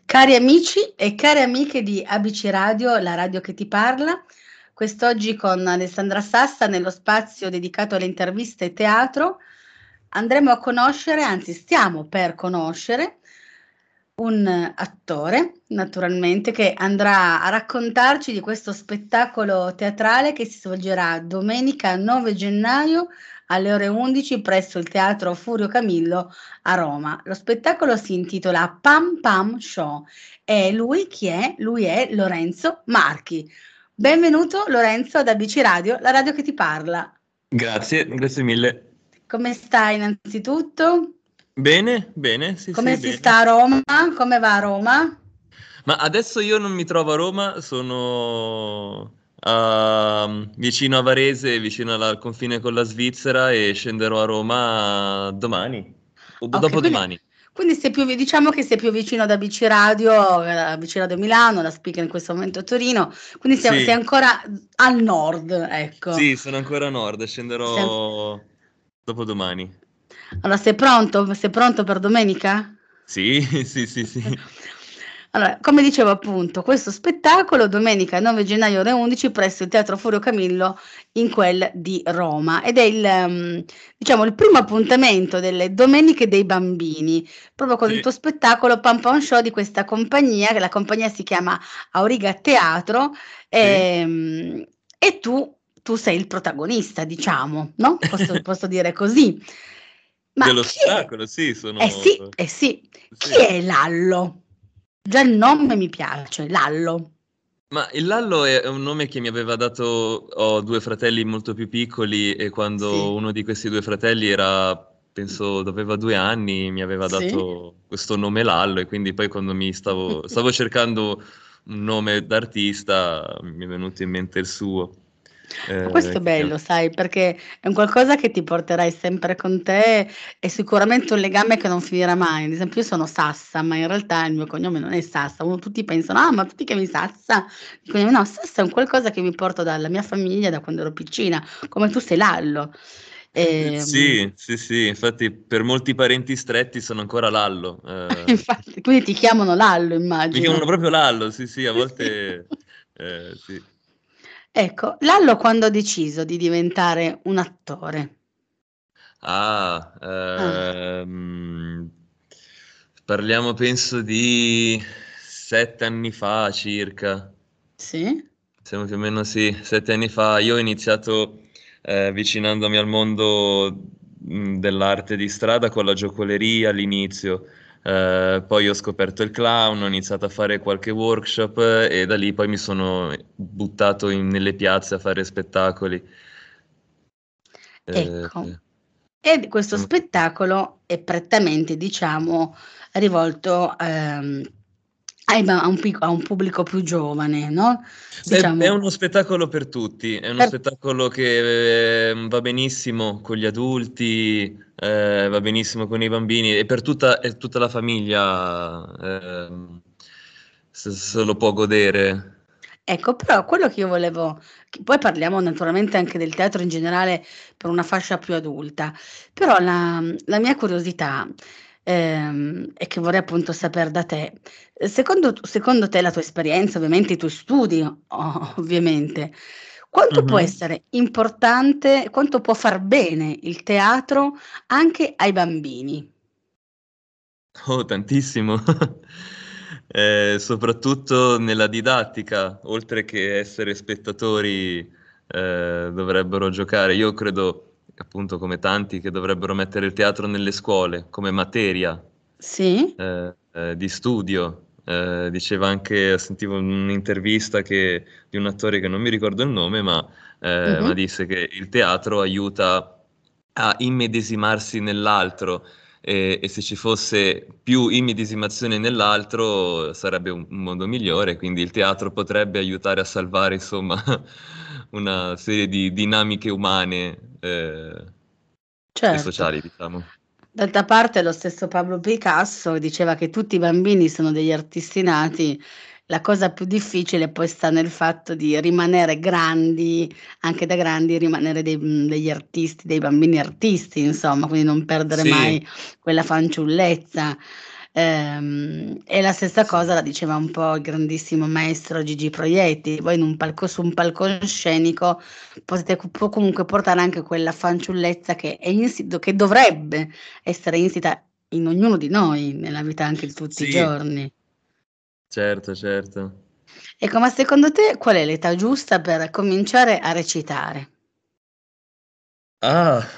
Cari amici e care amiche di ABC Radio, la radio che ti parla, quest'oggi con Alessandra Sassa nello spazio dedicato alle interviste e teatro andremo a conoscere, anzi stiamo per conoscere, un attore, naturalmente, che andrà a raccontarci di questo spettacolo teatrale che si svolgerà domenica 9 gennaio alle ore 11 presso il Teatro Furio Camillo a Roma. Lo spettacolo si intitola Pam Pam Show e lui chi è? Lui è Lorenzo Marchi. Benvenuto Lorenzo ad ABC Radio, la radio che ti parla. Grazie mille. Come stai innanzitutto? Bene, sì, Come si bene. sta a Roma? Come va a Roma? Ma adesso io non mi trovo a Roma, sono vicino a Varese, vicino al confine con la Svizzera e scenderò a Roma domani o Ok, dopodomani. quindi diciamo che sei più vicino ad ABC Radio, ABC Radio Milano, la speaker in questo momento a Torino, quindi sei Sì, ancora al nord, ecco. sì, sono ancora a nord, Sei- scenderò dopodomani. Allora, sei pronto? Sei pronto per domenica? Sì, sì. Allora, come dicevo appunto, questo spettacolo domenica 9 gennaio ore 11 presso il Teatro Furio Camillo in quel di Roma ed è diciamo, il primo appuntamento delle Domeniche dei Bambini, proprio con il Sì, tuo spettacolo Pam Pam Show di questa compagnia, che la compagnia si chiama Auriga Teatro, sì. e tu sei il protagonista, diciamo, no? Posso dire così. Ma Dello chi è? spettacolo, sì, Eh sono... sì, eh sì. Chi Sì. è Lallo? Già il nome mi piace, Lallo. Ma il Lallo è un nome che mi aveva dato, ho due fratelli molto più piccoli e quando Sì. uno di questi due fratelli era, penso, aveva 2 anni, mi aveva Sì? dato questo nome Lallo e quindi poi quando stavo cercando un nome d'artista mi è venuto in mente il suo. Ma questo è Che si chiama- bello, sai, perché è un qualcosa che ti porterai sempre con te e sicuramente un legame che non finirà mai. Ad esempio, io sono Sassa, ma in realtà il mio cognome non è Sassa. Tutti pensano, ah, ma tu ti chiami Sassa? Il cognome, no, Sassa è un qualcosa che mi porto dalla mia famiglia da quando ero piccina, come tu sei Lallo. Ehm, Sì, infatti per molti parenti stretti sono ancora Lallo. Infatti, quindi ti chiamano Lallo, Mi chiamano immagino. proprio Lallo, sì, a Sì, sì. volte sì. Ecco, Lallo quando ha deciso di diventare un attore? Ah, Ah, parliamo penso di 7 anni fa circa. sì? Siamo più o meno sì, 7 anni fa. Io ho iniziato avvicinandomi al mondo dell'arte di strada con la giocoleria all'inizio. Poi ho scoperto il clown, ho iniziato a fare qualche workshop e da lì poi mi sono buttato nelle piazze a fare spettacoli. Eh, Ecco. E questo diciamo- spettacolo è prettamente, diciamo, rivolto, a un pubblico più giovane, no, È diciamo uno spettacolo per tutti, è uno per spettacolo che va benissimo con gli adulti, va benissimo con i bambini e per tutta la famiglia se lo può godere. ecco, però quello che io volevo che poi parliamo naturalmente anche del teatro in generale per una fascia più adulta, però la mia curiosità, e che vorrei appunto saper da te, secondo te, la tua esperienza, ovviamente i tuoi studi, ovviamente, quanto può Mhm. essere importante, quanto può far bene il teatro anche ai bambini? Oh, tantissimo. Soprattutto nella didattica, oltre che essere spettatori, dovrebbero giocare. Io credo, appunto, come tanti, che dovrebbero mettere il teatro nelle scuole come materia, Sì? di studio. Diceva anche, sentivo un'intervista di un attore che non mi ricordo il nome, ma Mh-mh. disse che il teatro aiuta a immedesimarsi nell'altro e se ci fosse più immedesimazione nell'altro sarebbe un mondo migliore, quindi il teatro potrebbe aiutare a salvare, insomma, una serie di dinamiche umane e Certo. sociali, diciamo. D'altra parte lo stesso Pablo Picasso diceva che tutti i bambini sono degli artisti nati, la cosa più difficile poi sta nel fatto di rimanere grandi, anche da grandi rimanere degli artisti, dei bambini artisti insomma, quindi non perdere Sì, mai quella fanciullezza. E la stessa Sì. cosa la diceva un po' il grandissimo maestro Gigi Proietti. Voi su un palcoscenico può comunque portare anche quella fanciullezza che è insito, che dovrebbe essere insita in ognuno di noi, nella vita anche di tutti i Sì, giorni. certo, certo. Ecco, ma secondo te qual è l'età giusta per cominciare a recitare? Ah,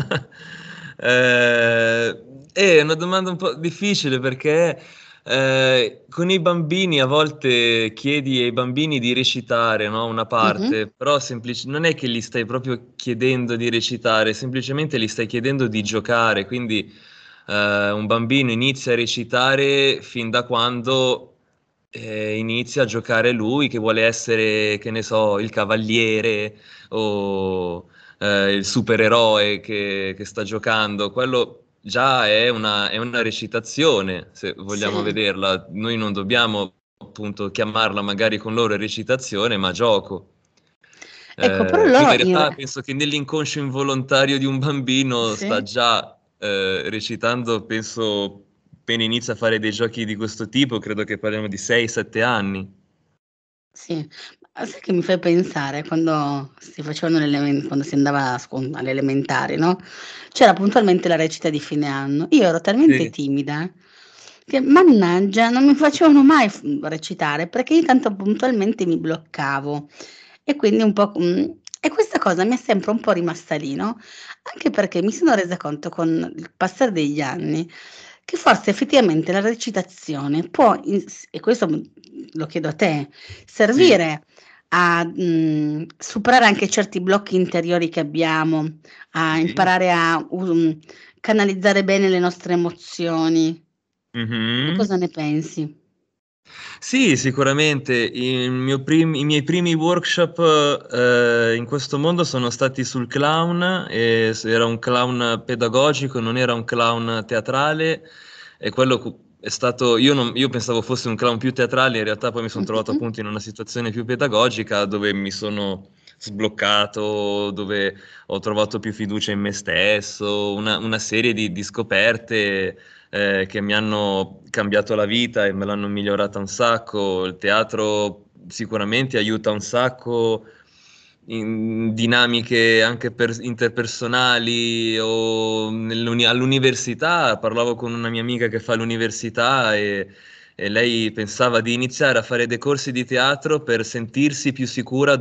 è una domanda un po' difficile perché con i bambini a volte chiedi ai bambini di recitare, no, una Mh-mh. parte, però non è che gli stai proprio chiedendo di recitare, semplicemente gli stai chiedendo di giocare, quindi un bambino inizia a recitare fin da quando inizia a giocare lui, che vuole essere, che ne so, il cavaliere o il supereroe che sta giocando, quello già è una recitazione, se vogliamo Sì. vederla. Noi non dobbiamo appunto chiamarla magari con loro recitazione, ma gioco. Ecco, però Quindi loro in realtà penso che nell'inconscio involontario di un bambino sta sì? già recitando, penso, appena inizia a fare dei giochi di questo tipo, credo che parliamo di 6-7 anni. Sì, ma sai che mi fai pensare quando si facevano quando si andava a alle elementari, no, c'era puntualmente la recita di fine anno. Io ero talmente Sì. timida che mannaggia non mi facevano mai recitare, perché io tanto puntualmente mi bloccavo e quindi un po', e questa cosa mi è sempre un po' rimasta lì, no, anche perché mi sono resa conto con il passare degli anni che forse effettivamente la recitazione può e questo, lo chiedo a te, Sì. servire a, superare anche certi blocchi interiori che abbiamo, a Sì. imparare a canalizzare bene le nostre emozioni. Tu Mh-mh. cosa ne pensi? Sì, sicuramente. I miei primi workshop, in questo mondo sono stati sul clown, era un clown pedagogico, non era un clown teatrale e quello è stato io pensavo fosse un clown più teatrale, in realtà poi mi son trovato Mh-mh. appunto in una situazione più pedagogica dove mi sono sbloccato, dove ho trovato più fiducia in me stesso, una serie di scoperte che mi hanno cambiato la vita e me l'hanno migliorata un sacco. Il teatro sicuramente aiuta un sacco in dinamiche anche interpersonali o all'università. Parlavo con una mia amica che fa l'università e lei pensava di iniziare a fare dei corsi di teatro per sentirsi più sicura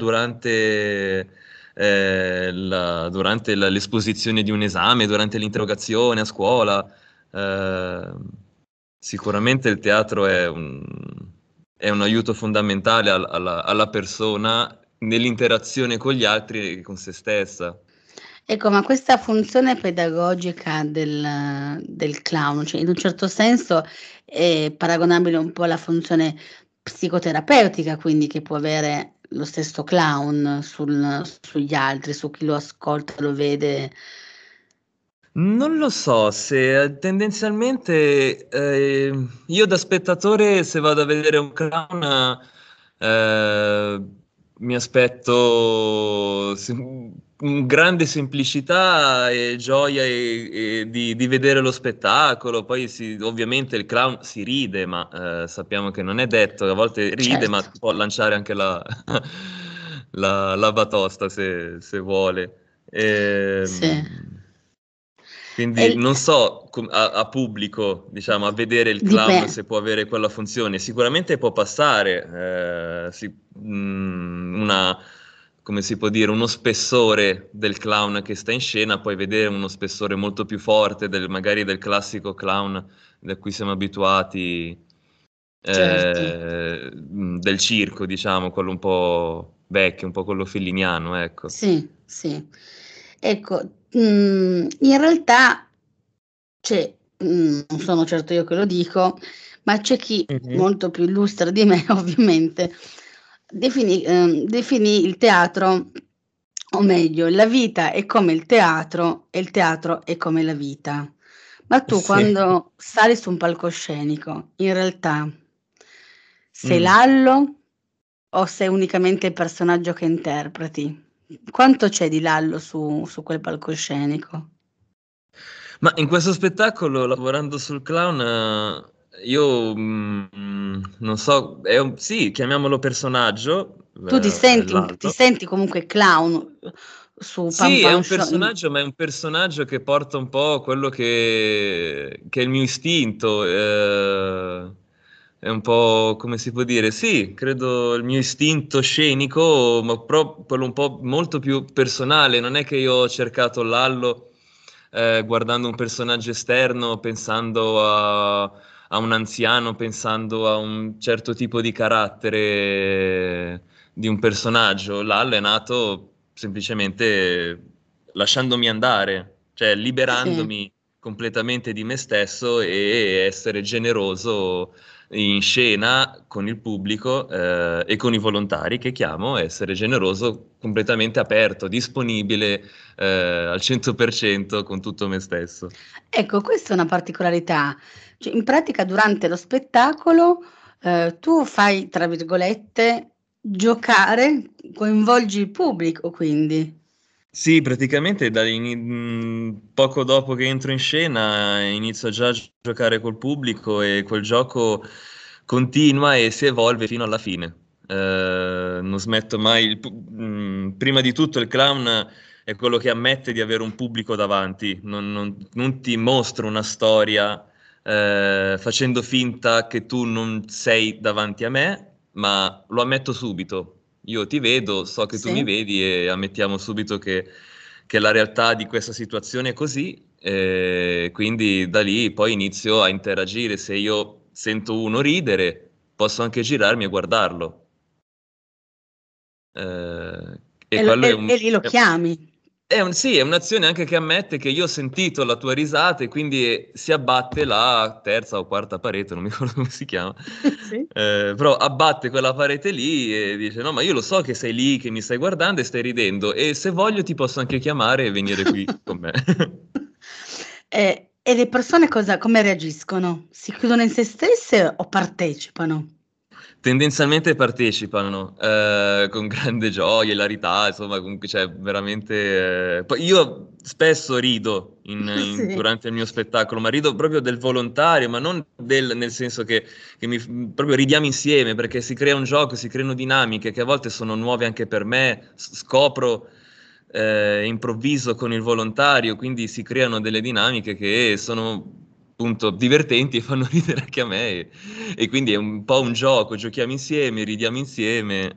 durante l'esposizione di un esame, durante l'interrogazione a scuola. Ehm, Sicuramente il teatro è un aiuto fondamentale alla persona nell'interazione con gli altri e con se stessa. Ecco, ma questa funzione pedagogica del clown, cioè in un certo senso è paragonabile un po' alla funzione psicoterapeutica, quindi che può avere lo stesso clown sugli altri, su chi lo ascolta, lo vede. Non lo so se tendenzialmente io da spettatore se vado a vedere un clown mi aspetto grande semplicità e gioia di vedere lo spettacolo. Poi ovviamente il clown si ride, ma sappiamo che non è detto, a volte ride, ma Certo, può lanciare anche la batosta se vuole. sì. E Quindi l non so a pubblico, diciamo, a vedere il clown dipen se può avere quella funzione. Sicuramente può passare, come si può dire, uno spessore del clown che sta in scena, puoi vedere uno spessore molto più forte magari del classico clown da cui siamo abituati, certo. del circo, diciamo, quello un po' vecchio, un po' quello felliniano, ecco. Sì, sì. Ecco, in realtà c'è, non sono certo io che lo dico, ma c'è chi Mh-mh. molto più illustre di me ovviamente, definì il teatro, o meglio la vita è come il teatro e il teatro è come la vita. Ma tu Sì. quando sali su un palcoscenico, in realtà sei Mh. Lallo o sei unicamente il personaggio che interpreti? Quanto c'è di Lallo su quel palcoscenico? Ma in questo spettacolo, lavorando sul clown, Io non so, sì, chiamiamolo personaggio, Tu ti Lallo. senti comunque clown su Pan Sì, è Pan un Show? personaggio, ma è un personaggio che porta un po' quello che è il mio istinto. È un po', come si può dire? Sì, credo il mio istinto scenico, ma quello un po' molto più personale. Non è che io ho cercato Lallo guardando un personaggio esterno, pensando a un anziano, pensando a un certo tipo di carattere di un personaggio. Lallo è nato semplicemente lasciandomi andare, cioè Sì. liberandomi completamente di me stesso e essere generoso in scena con il pubblico e con i volontari che chiamo, essere generoso, completamente aperto, disponibile al 100% con tutto me stesso. Ecco, questa è una particolarità. Cioè, in pratica durante lo spettacolo, tu fai, tra virgolette, "giocare", coinvolgi il pubblico quindi. Sì, praticamente poco dopo che entro in scena inizio già a giocare col pubblico e quel gioco continua e si evolve fino alla fine. Non smetto mai. Prima di tutto il clown è quello che ammette di avere un pubblico davanti, non ti mostro una storia facendo finta che tu non sei davanti a me, ma lo ammetto subito. Io ti vedo, so che tu mi Sì. vedi e ammettiamo subito che la realtà di questa situazione è così, quindi da lì poi inizio a interagire. Se io sento uno ridere, posso anche girarmi e guardarlo. E E lo quello e e lì lo chiami. sì, è un'azione anche che ammette che io ho sentito la tua risata e quindi si abbatte la terza o quarta parete, non mi ricordo come si chiama, Sì. però abbatte quella parete lì e dice no, ma io lo so che sei lì, che mi stai guardando e stai ridendo e se voglio ti posso anche chiamare e venire qui con me. E le persone come reagiscono? Si chiudono in se stesse o partecipano? Tendenzialmente partecipano, con grande gioia, ilarità, insomma comunque cioè veramente poi io spesso rido Sì, durante il mio spettacolo, ma rido proprio del volontario, ma non nel senso che proprio ridiamo insieme, perché si crea un gioco, si creano dinamiche che a volte sono nuove anche per me, scopro improvviso con il volontario, quindi si creano delle dinamiche che sono appunto divertenti e fanno ridere anche a me e quindi è un po' un gioco, giochiamo insieme, ridiamo insieme.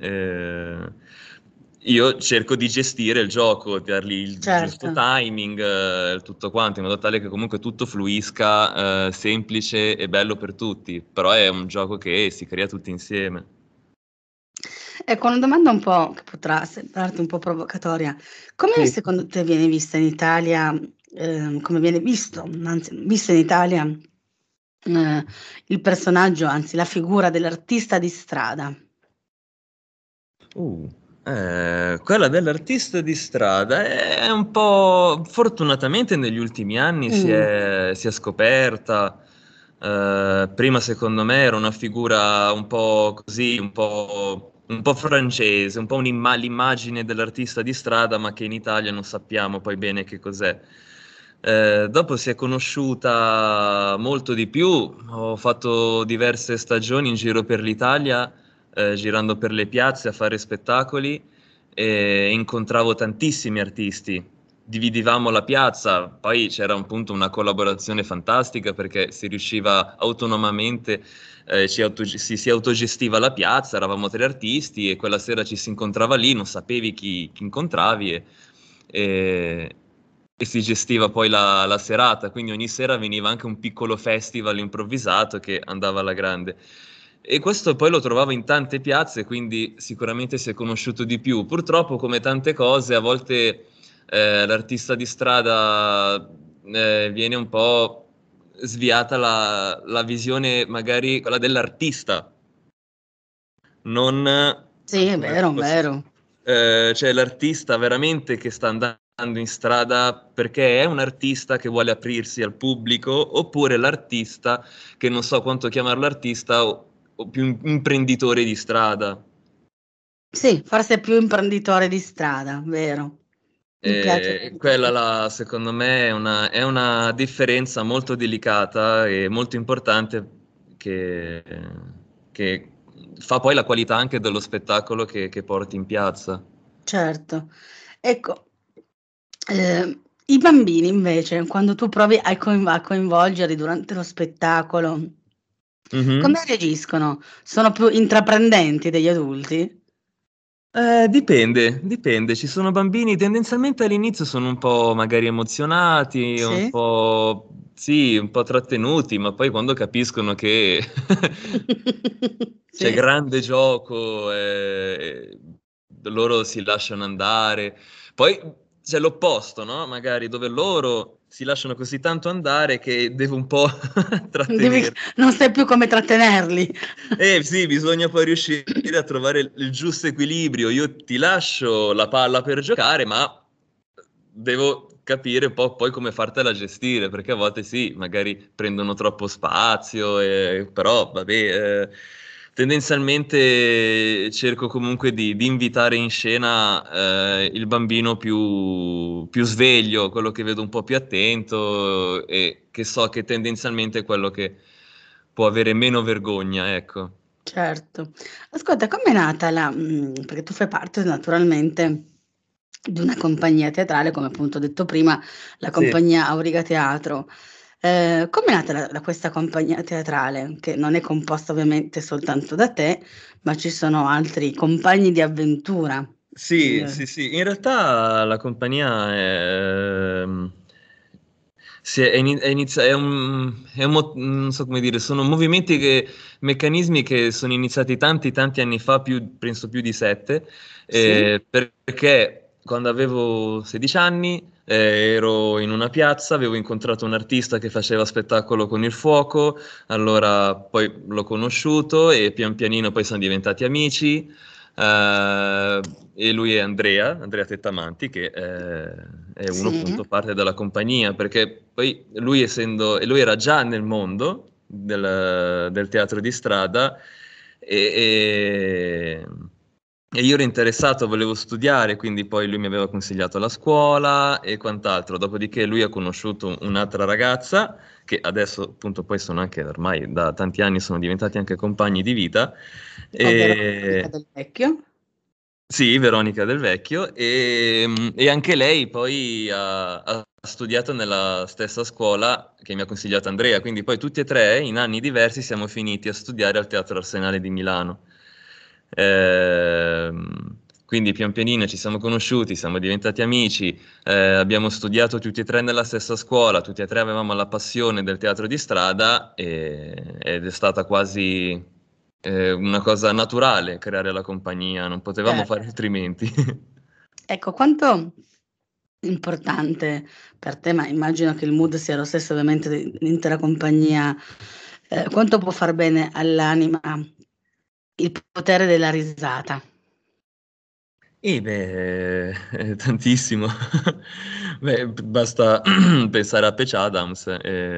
Io cerco di gestire il gioco, dargli il giusto certo. timing, tutto quanto, in modo tale che comunque tutto fluisca, semplice e bello per tutti. Però è un gioco che si crea tutti insieme. Ecco, una domanda un po' che potrà sembrarti un po' provocatoria. Come Sì. secondo te viene vista in Italia, come viene visto, anzi visto in Italia, il personaggio, anzi la figura dell'artista di strada? Uh, quella dell'artista di strada è un po', fortunatamente negli ultimi anni Mh, si è scoperta. Prima secondo me era una figura un po' così, un po' francese, un po' l'immagine dell'artista di strada, ma che in Italia non sappiamo poi bene che cos'è. Dopo si è conosciuta molto di più, ho fatto diverse stagioni in giro per l'Italia girando per le piazze a fare spettacoli e incontravo tantissimi artisti. Dividevamo la piazza, poi c'era appunto una collaborazione fantastica perché si riusciva autonomamente, si autogestiva la piazza, eravamo tre artisti e quella sera ci si incontrava lì, non sapevi chi incontravi e- e si gestiva poi la serata, quindi ogni sera veniva anche un piccolo festival improvvisato che andava alla grande. E questo poi lo trovavo in tante piazze, quindi sicuramente si è conosciuto di più. Purtroppo, come tante cose, a volte l'artista di strada viene un po' sviata la visione, magari quella dell'artista, non sì, è come vero, è posso vero. cioè l'artista veramente che sta andando in strada perché è un artista che vuole aprirsi al pubblico, oppure l'artista che non so quanto chiamarlo artista o più un imprenditore di strada. Sì, forse è più imprenditore di strada, vero. Mi piace Quella là, secondo me, è una differenza molto delicata e molto importante che fa poi la qualità anche dello spettacolo che porti in piazza. Certo. Ecco, i bambini invece, quando tu provi a coinvolgerli durante lo spettacolo, come reagiscono? Sono più intraprendenti degli adulti? Dipende. Ci sono bambini, tendenzialmente all'inizio sono un po' magari emozionati, un Sì? po', sì, un po' trattenuti, ma poi quando capiscono che c'è Sì. grande gioco, loro si lasciano andare. Poi c'è l'opposto, no? Magari dove loro si lasciano così tanto andare che devo un po' Devi trattenerli. non sai più come trattenerli. Sì, bisogna poi riuscire a trovare il giusto equilibrio. Io ti lascio la palla per giocare, ma devo capire un po' poi come fartela gestire, perché a volte sì, magari prendono troppo spazio, però vabbè, tendenzialmente cerco comunque di invitare in scena il bambino più sveglio, quello che vedo un po' più attento e che so che tendenzialmente è quello che può avere meno vergogna, ecco. Certo. Ascolta, com'è nata perché tu fai parte naturalmente di una compagnia teatrale, come appunto ho detto prima, la Sì. compagnia Auriga Teatro. Com'è nata questa compagnia teatrale, che non è composta ovviamente soltanto da te, ma ci sono altri compagni di avventura? Sì, Ehm, sì, sì. In realtà la compagnia non so come dire, sono meccanismi che sono iniziati tanti, tanti anni fa, penso più di 7, sì? perché quando avevo 16 anni ero in una piazza, avevo incontrato un artista che faceva spettacolo con il fuoco, allora poi l'ho conosciuto e pian pianino poi siamo diventati amici. Eh, e lui è Andrea Tettamanti, che è uno Sì? appunto parte della compagnia, perché poi lui era già nel mondo del teatro di strada e, e io ero interessato, volevo studiare, quindi poi lui mi aveva consigliato la scuola e quant'altro. Dopodiché lui ha conosciuto un'altra ragazza che adesso appunto poi sono anche ormai da tanti anni sono diventati anche compagni di vita. Ovvero Monica E, Del Vecchio? sì, Veronica Del Vecchio, e anche lei poi ha studiato nella stessa scuola che mi ha consigliato Andrea, quindi poi tutti e tre in anni diversi siamo finiti a studiare al Teatro Arsenale di Milano. Quindi pian pianino ci siamo conosciuti, siamo diventati amici, abbiamo studiato tutti e tre nella stessa scuola, tutti e tre avevamo la passione del teatro di strada ed è stata quasi una cosa naturale creare la compagnia, non potevamo Certo. fare altrimenti. Ecco, quanto importante per te, ma immagino che il mood sia lo stesso ovviamente dell'intera compagnia, quanto può far bene all'anima il potere della risata? Tantissimo. Beh, basta pensare a Patch Adams,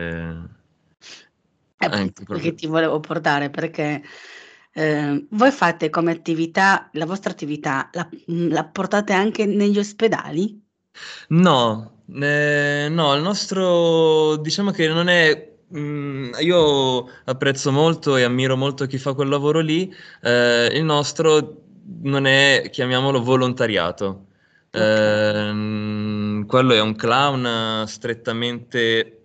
È anche appunto qui che proprio. ti volevo portare perché, voi fate come attività la vostra attività la portate anche negli ospedali? No, no, il nostro diciamo che non è. Io apprezzo molto e ammiro molto chi fa quel lavoro lì. Il nostro non è, chiamiamolo, volontariato. Okay, Quello è un clown strettamente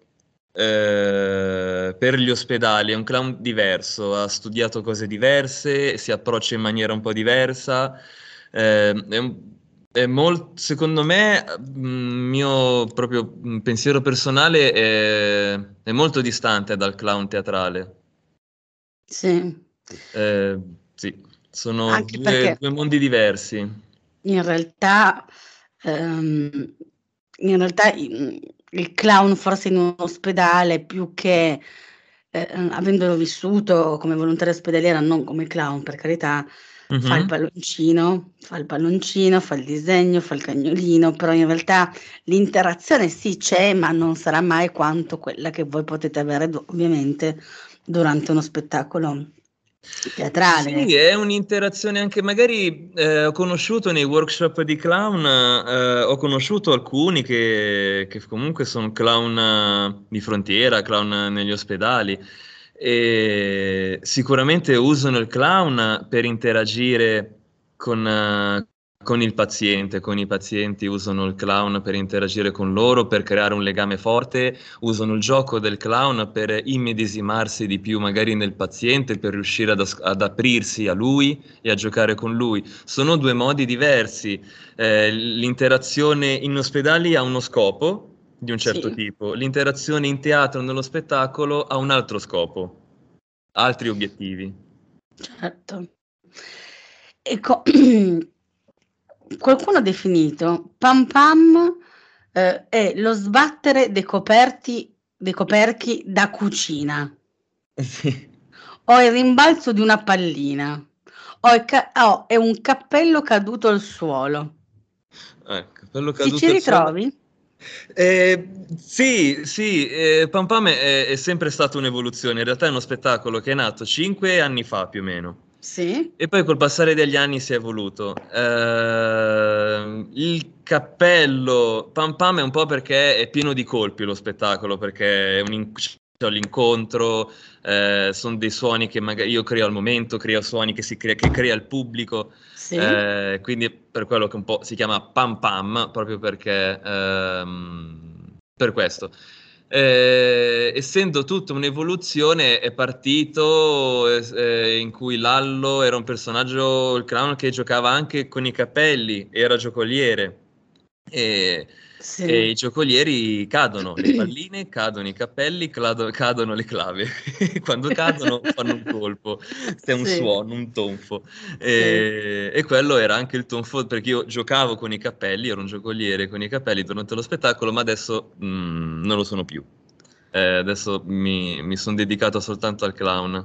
per gli ospedali, è un clown diverso, ha studiato cose diverse, si approccia in maniera un po' diversa. È secondo me, mio proprio pensiero personale è molto distante dal clown teatrale. sì. Eh, sì, sono Anche perché due mondi diversi. in realtà ehm, il clown forse in un ospedale più che, avendolo vissuto come volontaria ospedaliera, non come clown per carità, Mhm. fa il palloncino, fa il disegno, fa il cagnolino, però in realtà l'interazione sì c'è, ma non sarà mai quanto quella che voi potete avere ovviamente durante uno spettacolo teatrale. Sì, è un'interazione anche, magari ho conosciuto nei workshop di clown, ho conosciuto alcuni che comunque sono clown di frontiera, clown negli ospedali, E sicuramente usano il clown per interagire con il paziente, con i pazienti usano il clown per interagire con loro, per creare un legame forte, usano il gioco del clown per immedesimarsi di più magari nel paziente, per riuscire ad aprirsi a lui e a giocare con lui. Sono due modi diversi. L'interazione in ospedali ha uno scopo di un certo Sì, tipo, l'interazione in teatro, nello spettacolo, ha un altro scopo, altri obiettivi. certo. Ecco, qualcuno ha definito pam pam, è lo sbattere dei coperchi da cucina, Sì. o il rimbalzo di una pallina, o è un cappello caduto al suolo. Ecco, quello Ti ci caduto al suolo. ritrovi? Sì, sì, Pam Pam è sempre stata un'evoluzione, in realtà è uno spettacolo che è nato 5 anni fa più o meno. Sì? E poi col passare degli anni si è evoluto. Il cappello Pam Pam è un po' perché è pieno di colpi lo spettacolo, perché è c'è l'incontro, sono dei suoni che magari io creo al momento, creo suoni che crea il pubblico, Sì? quindi è per quello che un po' si chiama Pam Pam, proprio perché per questo. Essendo tutta un'evoluzione, è partito in cui Lallo era un personaggio, il clown che giocava anche con i capelli, era giocoliere. E, Sì. e i giocolieri cadono, le palline cadono, i cappelli cadono le clave. Quando cadono fanno un colpo, è un Sì, suono, un tonfo. sì. E quello era anche il tonfo, perché io giocavo con i capelli, ero un giocoliere con i capelli durante lo spettacolo, ma adesso non lo sono più. Adesso mi sono dedicato soltanto al clown.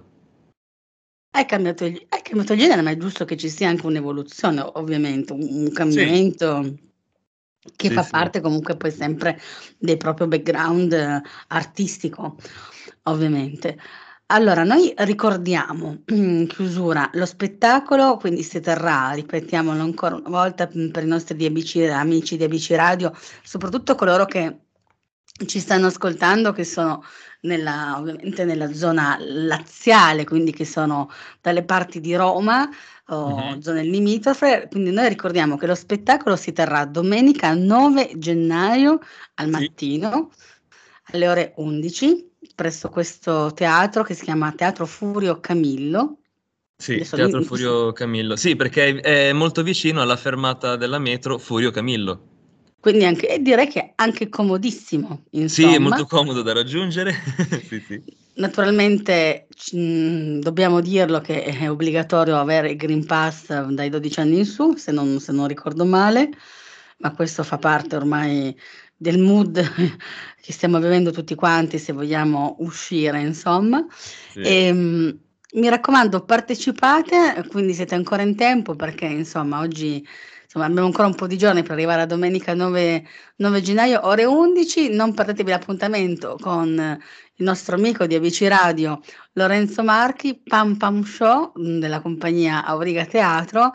Hai cambiato il genere, ma è giusto che ci sia anche un'evoluzione, ovviamente, un Sì, cambiamento che sì, fa sì. parte comunque poi sempre del proprio background artistico, ovviamente. Allora, noi ricordiamo in chiusura lo spettacolo, quindi si terrà, ripetiamolo ancora una volta, per i nostri amici di ABC Radio, soprattutto coloro che ci stanno ascoltando, che sono ovviamente nella zona laziale, quindi che sono dalle parti di Roma o Mhm. zone limitrofe. Quindi noi ricordiamo che lo spettacolo si terrà domenica 9 gennaio al Sì. mattino alle ore 11 presso questo teatro che si chiama Teatro Furio Camillo. Sì, Adesso Teatro lui Furio Camillo. Sì, perché è molto vicino alla fermata della metro Furio Camillo. quindi anche, e direi che è anche comodissimo, Sì, è insomma. molto comodo da raggiungere. Sì, sì. Naturalmente, dobbiamo dirlo che è obbligatorio avere il Green Pass dai 12 anni in su, se non ricordo male, ma questo fa parte ormai del mood che stiamo vivendo tutti quanti se vogliamo uscire, insomma. Sì. Ehm, Mi raccomando, partecipate, quindi siete ancora in tempo perché insomma oggi insomma, abbiamo ancora un po' di giorni per arrivare a domenica 9 gennaio, ore 11. Non perdetevi l'appuntamento con il nostro amico di ABC Radio Lorenzo Marchi, Pam Pam Show, della compagnia Auriga Teatro,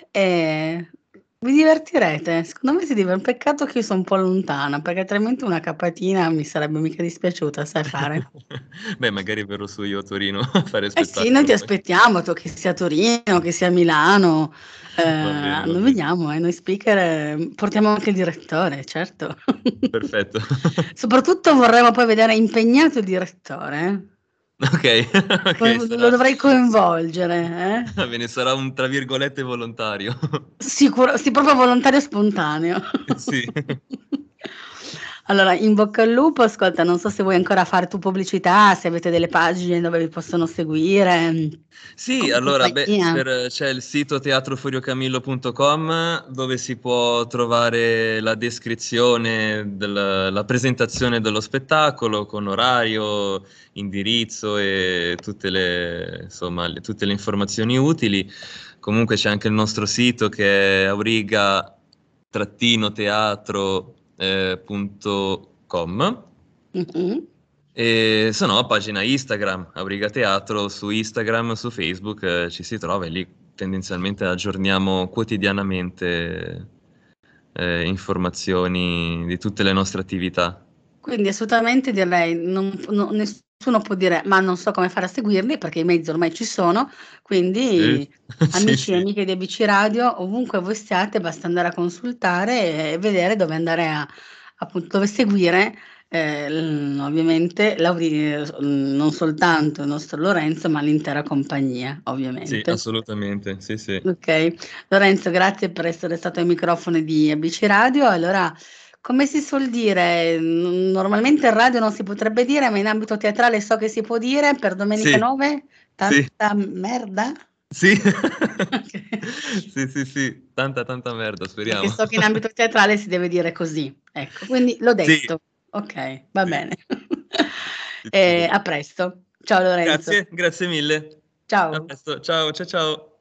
e vi divertirete. Secondo me peccato che io sono un po' lontana, perché altrimenti una capatina mi sarebbe mica dispiaciuta, sai fare? Beh, magari verrò su io a Torino a fare Eh sì, noi spettacolo ti poi. aspettiamo, che sia a Torino, che sia a Milano, Va bene, va noi bene. veniamo, noi speaker, portiamo anche il direttore, certo. Perfetto. Soprattutto vorremmo poi vedere impegnato il direttore, eh. Ok, ok, Lo sarà... dovrei coinvolgere, eh. Va bene, sarà un tra virgolette volontario. Sicuro, sì, proprio volontario spontaneo. Sì. Allora, in bocca al lupo, ascolta, non so se vuoi ancora fare tu pubblicità, se avete delle pagine dove vi possono seguire, Sì, come allora, beh, compagnia. c'è il sito teatrofuriocamillo.com dove si può trovare la descrizione la presentazione dello spettacolo con orario, indirizzo e insomma, tutte le informazioni utili. Comunque c'è anche il nostro sito che è auriga-teatro.com. Mhm. E se no, pagina Instagram, Auriga Teatro, su Instagram, su Facebook ci si trova e lì tendenzialmente aggiorniamo quotidianamente informazioni di tutte le nostre attività. Quindi assolutamente direi, nessun Nessuno può dire: "Ma non so come fare a seguirli", perché i mezzi ormai ci sono, Sì, quindi sì, amici e sì. amiche di ABC Radio, ovunque voi siate basta andare a consultare e vedere dove andare a appunto dove seguire, ovviamente non soltanto il nostro Lorenzo, ma l'intera compagnia, Sì, ovviamente. assolutamente, sì, sì. Okay. Lorenzo, grazie per essere stato ai microfoni di ABC Radio. Allora, come si suol dire, normalmente in radio non si potrebbe dire, ma in ambito teatrale so che si può dire, per domenica Sì, 9, sì, tanta merda? sì. Okay. Sì, sì, sì, tanta, tanta merda, Perché speriamo. so che in ambito teatrale si deve dire così, ecco, quindi l'ho Sì, detto. Okay, va sì, bene. sì, sì. A presto. Ciao Lorenzo. Grazie, grazie mille. A Ciao. presto. Ciao, ciao.